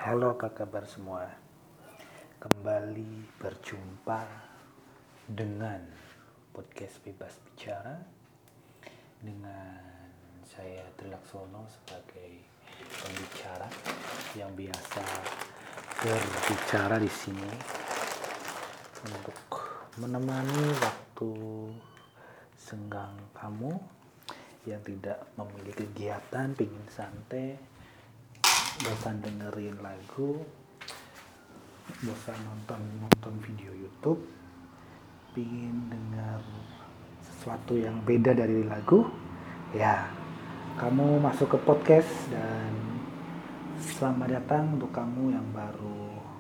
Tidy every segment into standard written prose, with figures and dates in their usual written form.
Halo, apa kabar semua? Kembali berjumpa dengan podcast Bebas Bicara dengan saya Trilaksono sebagai pembicara yang biasa berbicara di sini untuk menemani waktu senggang kamu yang tidak memiliki kegiatan, pingin santai, bosan dengerin lagu, bosan nonton video YouTube, pingin dengar sesuatu yang beda dari lagu, ya kamu masuk ke podcast. Dan selamat datang untuk kamu yang baru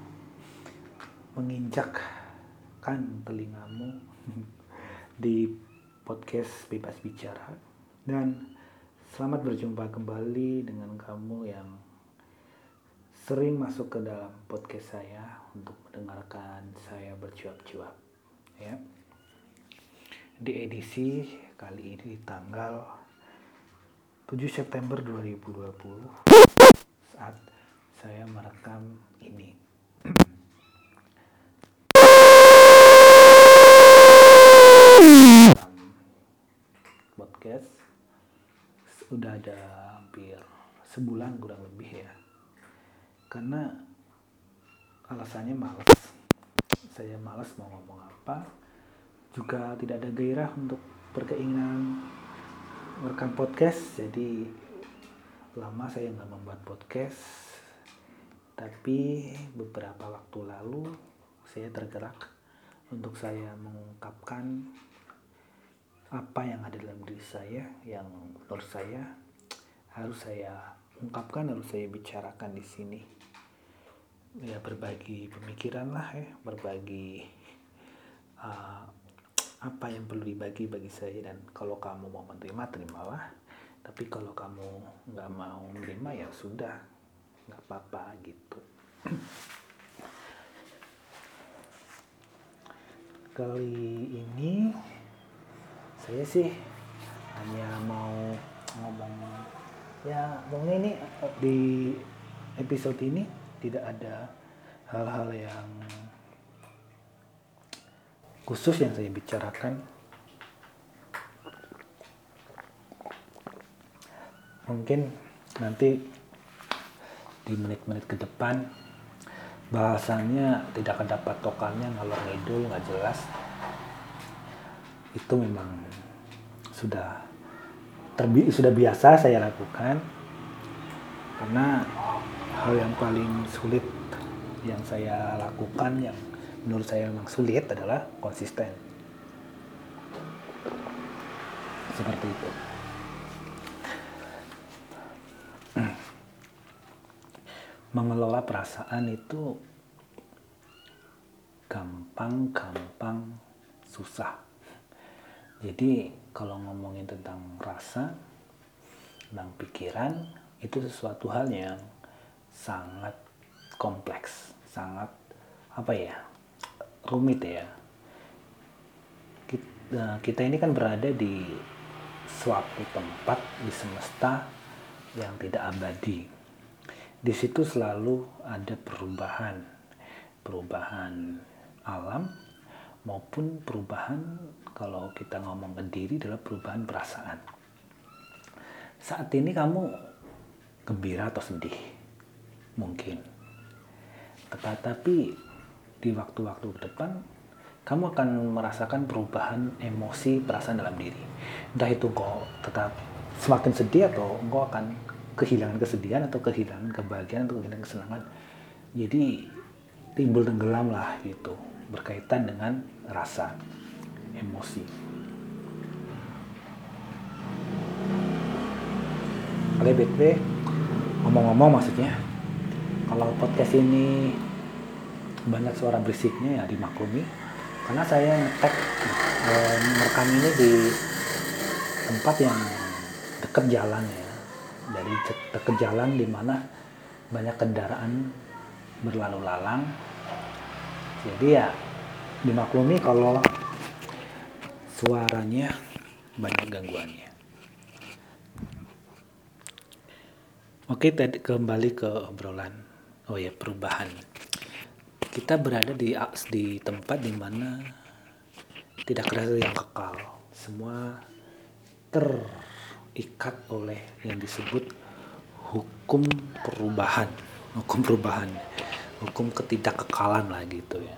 menginjakkan telingamu di podcast Bebas Bicara. Dan selamat berjumpa kembali dengan kamu yang sering masuk ke dalam podcast saya untuk mendengarkan saya bercuap-cuap, ya. Di edisi kali ini tanggal 7 September 2020 saat saya merekam ini. Podcast udah ada hampir sebulan kurang lebih, ya. Karena alasannya malas. Saya malas mau ngomong apa, juga tidak ada gairah untuk berkeinginan merekam podcast. Jadi lama saya nggak membuat podcast. Tapi beberapa waktu lalu saya tergerak untuk saya mengungkapkan apa yang ada dalam diri saya, yang menurut saya harus saya ungkapkan, harus saya bicarakan di sini. Ya, berbagi pemikiran lah, ya, berbagi apa yang perlu dibagi bagi saya. Dan kalau kamu mau menerima, terimalah. Tapi kalau kamu nggak mau menerima, ya sudah, nggak apa-apa gitu. Kali ini saya sih hanya mau ngomong, ya pokoknya ini di episode ini tidak ada hal-hal yang khusus yang saya bicarakan. Mungkin nanti di menit-menit ke depan bahasannya tidak ada patokannya, ngalor ngidul, nggak jelas. Itu memang sudah biasa saya lakukan, karena hal yang paling sulit yang saya lakukan, yang menurut saya memang sulit, adalah konsisten. Seperti itu. Mengelola perasaan itu gampang susah. Jadi kalau ngomongin tentang rasa, tentang pikiran, itu sesuatu hal yang sangat kompleks, sangat rumit, ya. Kita ini kan berada di suatu tempat di semesta yang tidak abadi. Di situ selalu ada perubahan alam maupun perubahan, kalau kita ngomong ke diri, adalah perubahan perasaan. Saat ini kamu gembira atau sedih, mungkin. Tetapi di waktu-waktu ke depan kamu akan merasakan perubahan emosi, perasaan dalam diri. Entah itu kau tetap semakin sedih, atau engkau akan kehilangan kesedihan, atau kehilangan kebahagiaan, atau kehilangan kesenangan. Jadi timbul tenggelam lah gitu, berkaitan dengan rasa, emosi. Oke, BTW, ngomong-ngomong, maksudnya kalau podcast ini banyak suara berisiknya, ya dimaklumi, karena saya merekam ini di tempat yang dekat jalan, ya. Dari dekat jalan di mana banyak kendaraan berlalu lalang. Jadi ya dimaklumi kalau suaranya banyak gangguannya. Oke, tadi kembali ke obrolan. Oh ya, perubahan. Kita berada di tempat di mana tidak ada yang kekal. Semua terikat oleh yang disebut hukum perubahan, hukum perubahan, hukum ketidakkekalan lah gitu ya.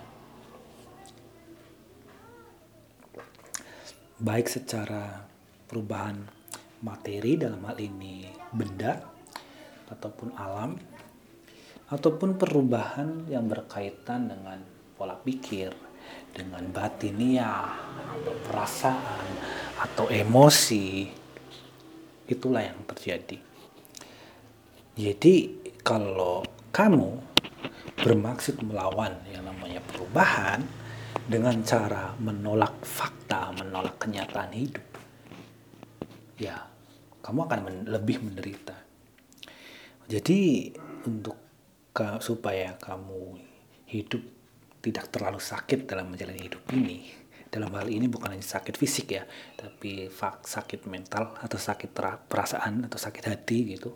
Baik secara perubahan materi, dalam hal ini benda ataupun alam, ataupun perubahan yang berkaitan dengan pola pikir, dengan batinia atau perasaan atau emosi. Itulah yang terjadi. Jadi kalau kamu bermaksud melawan yang namanya perubahan dengan cara menolak fakta, menolak kenyataan hidup, ya kamu akan lebih menderita. Jadi supaya kamu hidup tidak terlalu sakit dalam menjalani hidup ini, dalam hal ini bukan hanya sakit fisik ya, tapi sakit mental atau sakit perasaan atau sakit hati gitu,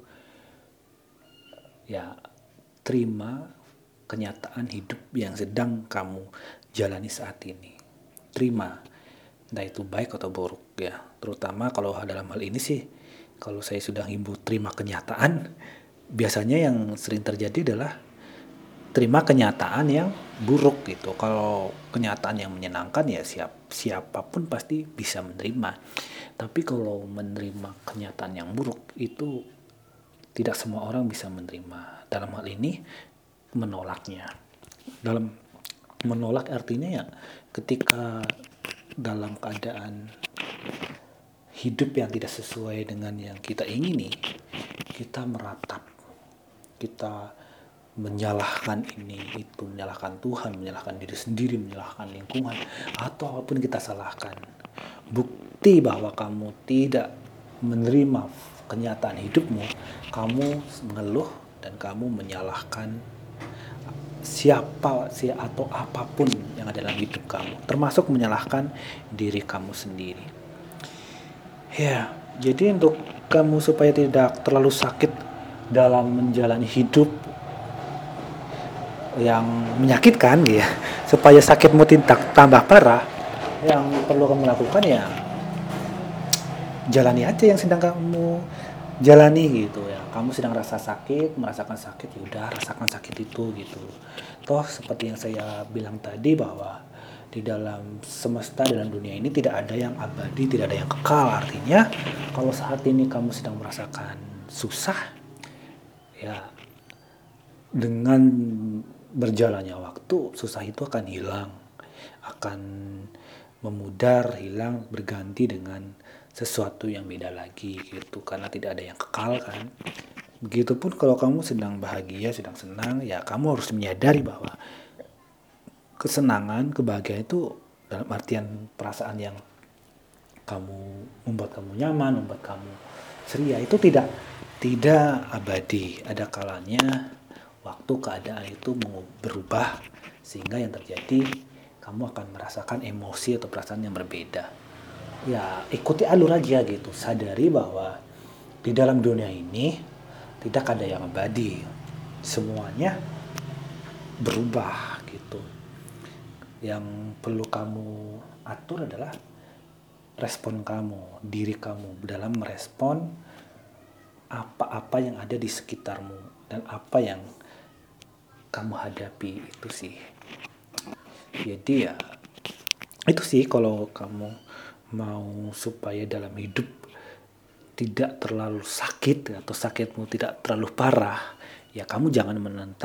ya terima kenyataan hidup yang sedang kamu jalani saat ini. Terima, entah itu baik atau buruk ya. Terutama kalau dalam hal ini sih, kalau saya sudah himbau terima kenyataan, biasanya yang sering terjadi adalah terima kenyataan yang buruk gitu. Kalau kenyataan yang menyenangkan ya siapapun pasti bisa menerima. Tapi kalau menerima kenyataan yang buruk itu tidak semua orang bisa menerima. Dalam hal ini menolaknya. Dalam menolak artinya ya ketika dalam keadaan hidup yang tidak sesuai dengan yang kita ingini, kita meratap, kita menyalahkan ini itu, menyalahkan Tuhan, menyalahkan diri sendiri, menyalahkan lingkungan, atau apapun kita salahkan. Bukti bahwa kamu tidak menerima kenyataan hidupmu, kamu mengeluh dan kamu menyalahkan siapa atau apapun yang ada dalam hidup kamu, termasuk menyalahkan diri kamu sendiri. Ya, jadi untuk kamu supaya tidak terlalu sakit dalam menjalani hidup yang menyakitkan ya, supaya sakitmu tidak tambah parah, yang perlu kamu lakukan ya jalani aja yang sedang kamu jalani gitu ya. Kamu sedang merasakan sakit, ya udah rasakan sakit itu gitu. Toh seperti yang saya bilang tadi bahwa di dalam semesta, dalam dunia ini tidak ada yang abadi, tidak ada yang kekal. Artinya kalau saat ini kamu sedang merasakan susah, ya dengan berjalannya waktu susah itu akan hilang, akan memudar, hilang, berganti dengan sesuatu yang beda lagi gitu, karena tidak ada yang kekal kan. Begitupun kalau kamu sedang bahagia, sedang senang, ya kamu harus menyadari bahwa kesenangan, kebahagiaan itu dalam artian perasaan yang membuat kamu nyaman, membuat kamu ceria, itu tidak abadi. Ada kalanya waktu keadaan itu berubah sehingga yang terjadi kamu akan merasakan emosi atau perasaan yang berbeda. Ya ikuti alur aja gitu, sadari bahwa di dalam dunia ini tidak ada yang abadi, semuanya berubah gitu. Yang perlu kamu atur adalah respon kamu, diri kamu dalam merespon apa-apa yang ada di sekitarmu dan apa yang kamu hadapi itu sih. Jadi ya itu sih, kalau kamu mau supaya dalam hidup tidak terlalu sakit atau sakitmu tidak terlalu parah, ya kamu jangan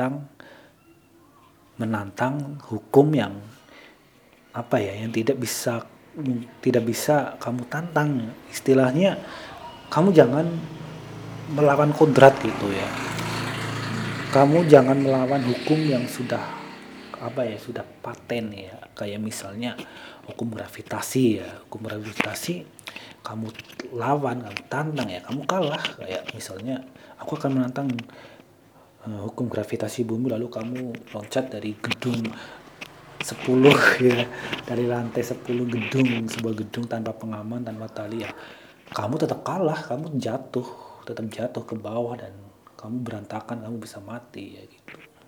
menantang hukum yang yang tidak bisa kamu tantang. Istilahnya kamu jangan melawan kodrat gitu ya. Kamu jangan melawan hukum yang sudah sudah paten ya, kayak misalnya hukum gravitasi ya. Hukum gravitasi kamu lawan, kamu tantang ya kamu kalah. Kayak misalnya aku akan menantang hukum gravitasi bumi, lalu kamu loncat dari gedung 10 ya, dari lantai 10 gedung, sebuah gedung tanpa pengaman, tanpa tali ya, kamu tetap kalah, kamu tetap jatuh ke bawah dan kamu berantakan, kamu bisa mati ya gitu.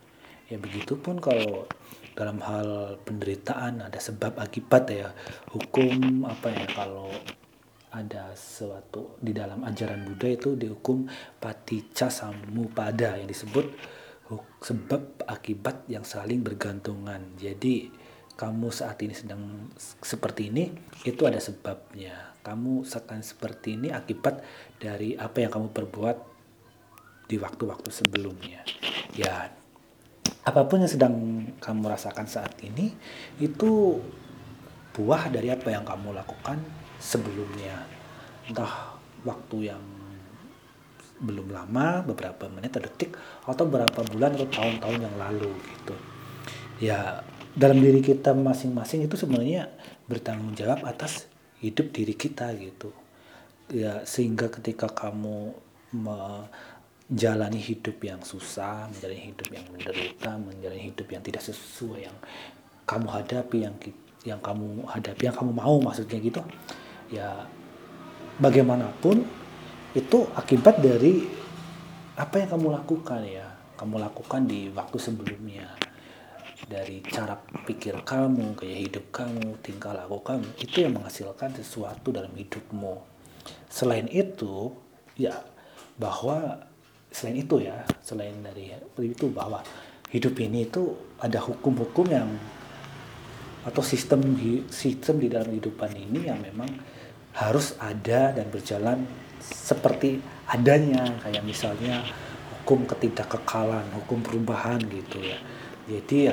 Ya begitupun kalau dalam hal penderitaan ada sebab akibat ya. Hukum apa ya, kalau ada suatu di dalam ajaran Buddha itu dihukum paticca samuppada yang disebut sebab akibat yang saling bergantungan. Jadi kamu saat ini sedang seperti ini, itu ada sebabnya. Kamu akan seperti ini akibat dari apa yang kamu perbuat di waktu-waktu sebelumnya. Ya, apapun yang sedang kamu rasakan saat ini, itu buah dari apa yang kamu lakukan sebelumnya. Entah waktu yang belum lama, beberapa menit atau detik, atau beberapa bulan atau tahun-tahun yang lalu gitu. Ya, dalam diri kita masing-masing itu sebenarnya bertanggung jawab atas hidup diri kita gitu. Ya, sehingga ketika kamu menjalani hidup yang susah, menjalani hidup yang menderita, menjalani hidup yang tidak sesuai yang kamu hadapi, yang kamu mau, maksudnya gitu. Ya, bagaimanapun itu akibat dari apa yang kamu lakukan ya. Kamu lakukan di waktu sebelumnya. Dari cara pikir kamu, gaya hidup kamu, tingkah laku kamu, itu yang menghasilkan sesuatu dalam hidupmu. Selain itu, ya bahwa selain dari itu bahwa hidup ini itu ada hukum-hukum yang atau sistem di dalam kehidupan ini yang memang harus ada dan berjalan seperti adanya, kayak misalnya hukum ketidakkekalan, hukum perubahan gitu ya. Jadi ya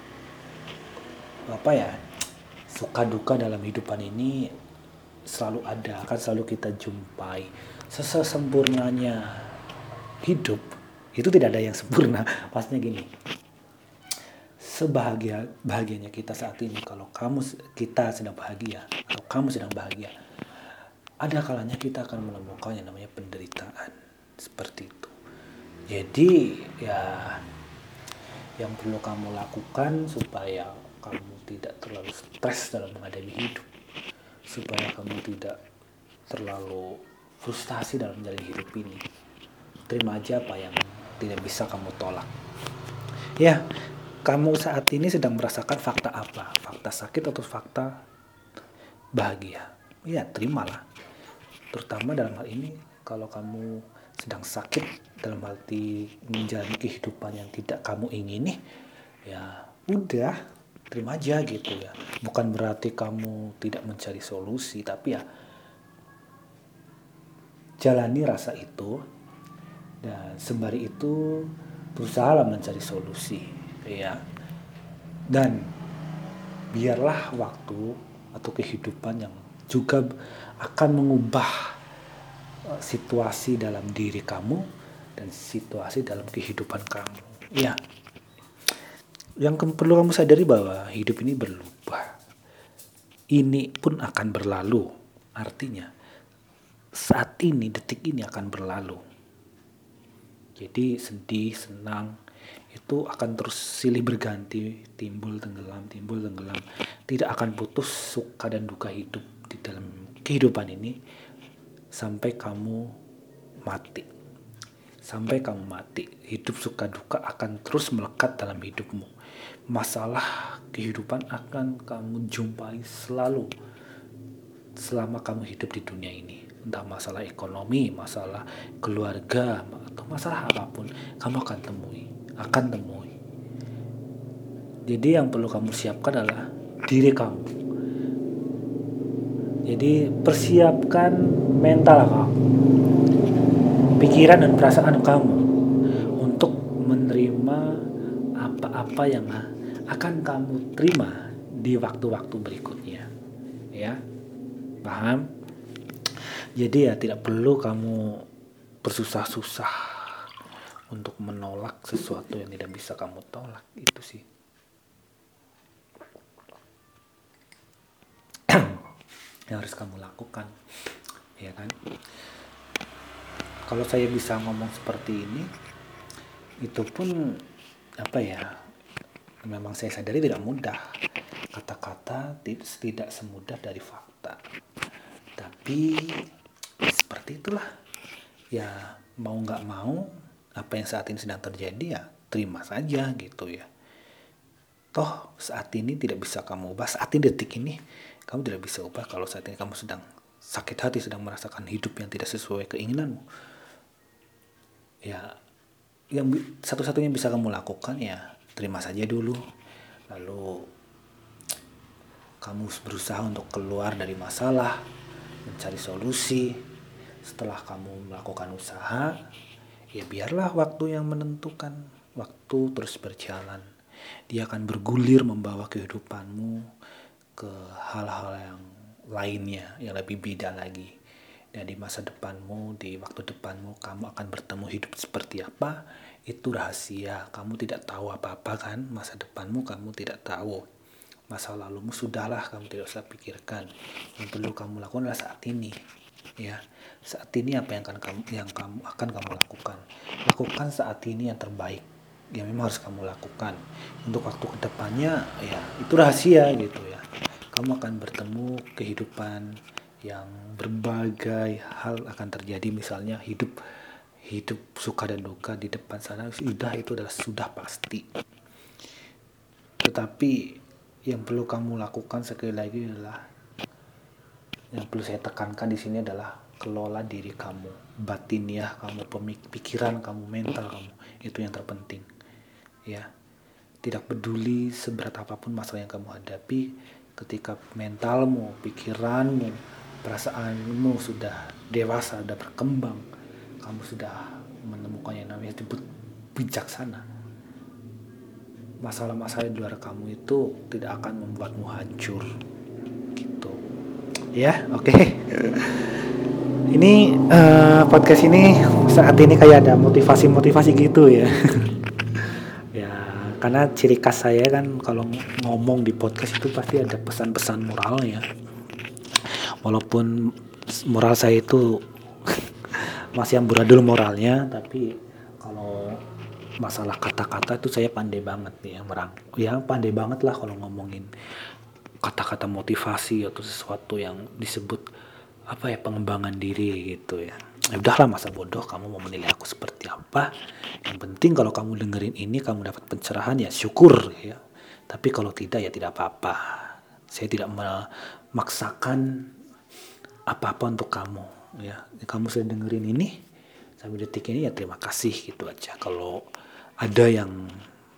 apa ya, suka duka dalam kehidupan ini selalu ada, akan selalu kita jumpai. Sesempurnanya hidup itu tidak ada yang sempurna. Pastinya gini, bahagianya kita saat ini, kalau kita sedang bahagia atau kamu sedang bahagia, ada kalanya kita akan menemukan yang namanya penderitaan seperti itu. Jadi ya yang perlu kamu lakukan supaya kamu tidak terlalu stres dalam menghadapi hidup, supaya kamu tidak terlalu frustasi dalam menjalani hidup ini, terima aja apa yang tidak bisa kamu tolak. Ya, kamu saat ini sedang merasakan fakta apa? Fakta sakit atau fakta bahagia? Ya, terimalah. Terutama dalam hal ini, kalau kamu sedang sakit dalam arti menjalani kehidupan yang tidak kamu ingini, ya udah, terima aja gitu ya. Bukan berarti kamu tidak mencari solusi, tapi ya jalani rasa itu, dan sembari itu berusaha mencari solusi ya. Dan biarlah waktu atau kehidupan yang juga akan mengubah situasi dalam diri kamu dan situasi dalam kehidupan kamu ya. Yang perlu kamu sadari bahwa hidup ini berubah, ini pun akan berlalu. Artinya saat ini, detik ini akan berlalu. Jadi sedih, senang, itu akan terus silih berganti, timbul tenggelam. Tidak akan putus suka dan duka hidup di dalam kehidupan ini sampai kamu mati. Sampai kamu mati, hidup suka duka akan terus melekat dalam hidupmu. Masalah kehidupan akan kamu jumpai selalu selama kamu hidup di dunia ini. Entah masalah ekonomi, masalah keluarga, atau masalah apapun, kamu akan temui. Jadi yang perlu kamu siapkan adalah diri kamu. Jadi persiapkan mental kamu, pikiran dan perasaan kamu untuk menerima apa-apa yang akan kamu terima di waktu-waktu berikutnya. Ya, paham? Jadi ya tidak perlu kamu bersusah-susah untuk menolak sesuatu yang tidak bisa kamu tolak. Itu sih yang harus kamu lakukan, ya kan? Kalau saya bisa ngomong seperti ini, itu pun apa ya, memang saya sadari tidak mudah. Kata-kata tidak semudah dari fakta. Tapi seperti itulah. Ya mau nggak mau, apa yang saat ini sedang terjadi ya terima saja gitu ya. Toh saat ini tidak bisa kamu ubah, saat ini detik ini kamu tidak bisa ubah. Kalau saat ini kamu sedang sakit hati, sedang merasakan hidup yang tidak sesuai keinginanmu, ya yang satu-satunya bisa kamu lakukan ya terima saja dulu. Lalu kamu berusaha untuk keluar dari masalah, mencari solusi. Setelah kamu melakukan usaha, ya biarlah waktu yang menentukan. Waktu terus berjalan, dia akan bergulir membawa kehidupanmu ke hal-hal yang lainnya yang lebih beda lagi. Dan di masa depanmu, di waktu depanmu, kamu akan bertemu hidup seperti apa, itu rahasia. Kamu tidak tahu apa-apa kan, masa depanmu kamu tidak tahu. Masa lalumu sudahlah, kamu tidak usah pikirkan. Yang perlu kamu lakukan adalah saat ini. Ya, saat ini apa yang kamu akan kamu lakukan. Lakukan saat ini yang terbaik, yang memang harus kamu lakukan. Untuk waktu kedepannya, ya itu rahasia gitu ya. Kamu akan bertemu kehidupan yang berbagai hal akan terjadi, misalnya hidup suka dan duka di depan sana itu adalah sudah pasti. Tetapi yang perlu kamu lakukan sekali lagi adalah, yang perlu saya tekankan di sini adalah kelola diri kamu, batiniah kamu, pikiran kamu, mental kamu, itu yang terpenting. Ya, tidak peduli seberat apapun masalah yang kamu hadapi, ketika mentalmu, pikiranmu, perasaanmu sudah dewasa, sudah berkembang, kamu sudah menemukan yang namanya disebut bijaksana, masalah-masalah di luar kamu itu tidak akan membuatmu hancur gitu ya. Oke. Ini podcast ini saat ini kayak ada motivasi gitu ya. Ya, karena ciri khas saya kan kalau ngomong di podcast itu pasti ada pesan-pesan moral ya. Walaupun moral saya itu masih amburadul moralnya, tapi kalau masalah kata-kata itu saya pandai banget nih ya, pandai banget lah kalau ngomongin kata-kata motivasi atau sesuatu yang disebut pengembangan diri gitu ya. Udahlah, masa bodoh kamu mau menilai aku seperti apa. Yang penting kalau kamu dengerin ini kamu dapat pencerahan, ya syukur ya. Tapi kalau tidak ya tidak apa-apa. Saya tidak memaksakan apa-apa untuk kamu ya. Kamu sudah dengerin ini sampai detik ini ya terima kasih gitu aja. Kalau ada yang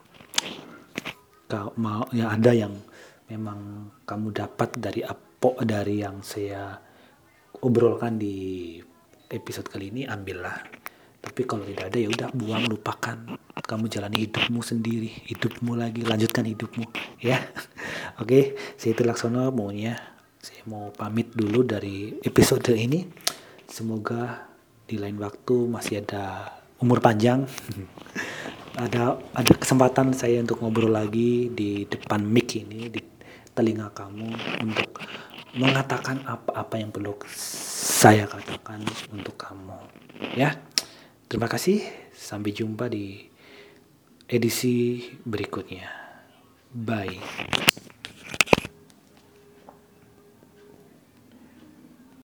ada yang memang kamu dapat dari yang saya obrolkan di episode kali ini, ambillah. Tapi kalau tidak ada ya udah, buang, lupakan. Kamu jalani hidupmu sendiri, hidupmu lagi, lanjutkan hidupmu ya. Oke, saya Itu Laksono, saya mau pamit dulu dari episode ini. Semoga di lain waktu masih ada umur panjang. ada kesempatan saya untuk ngobrol lagi di depan mic ini, di telinga kamu, untuk mengatakan apa-apa yang perlu saya katakan untuk kamu ya. Terima kasih, sampai jumpa di edisi berikutnya. Bye.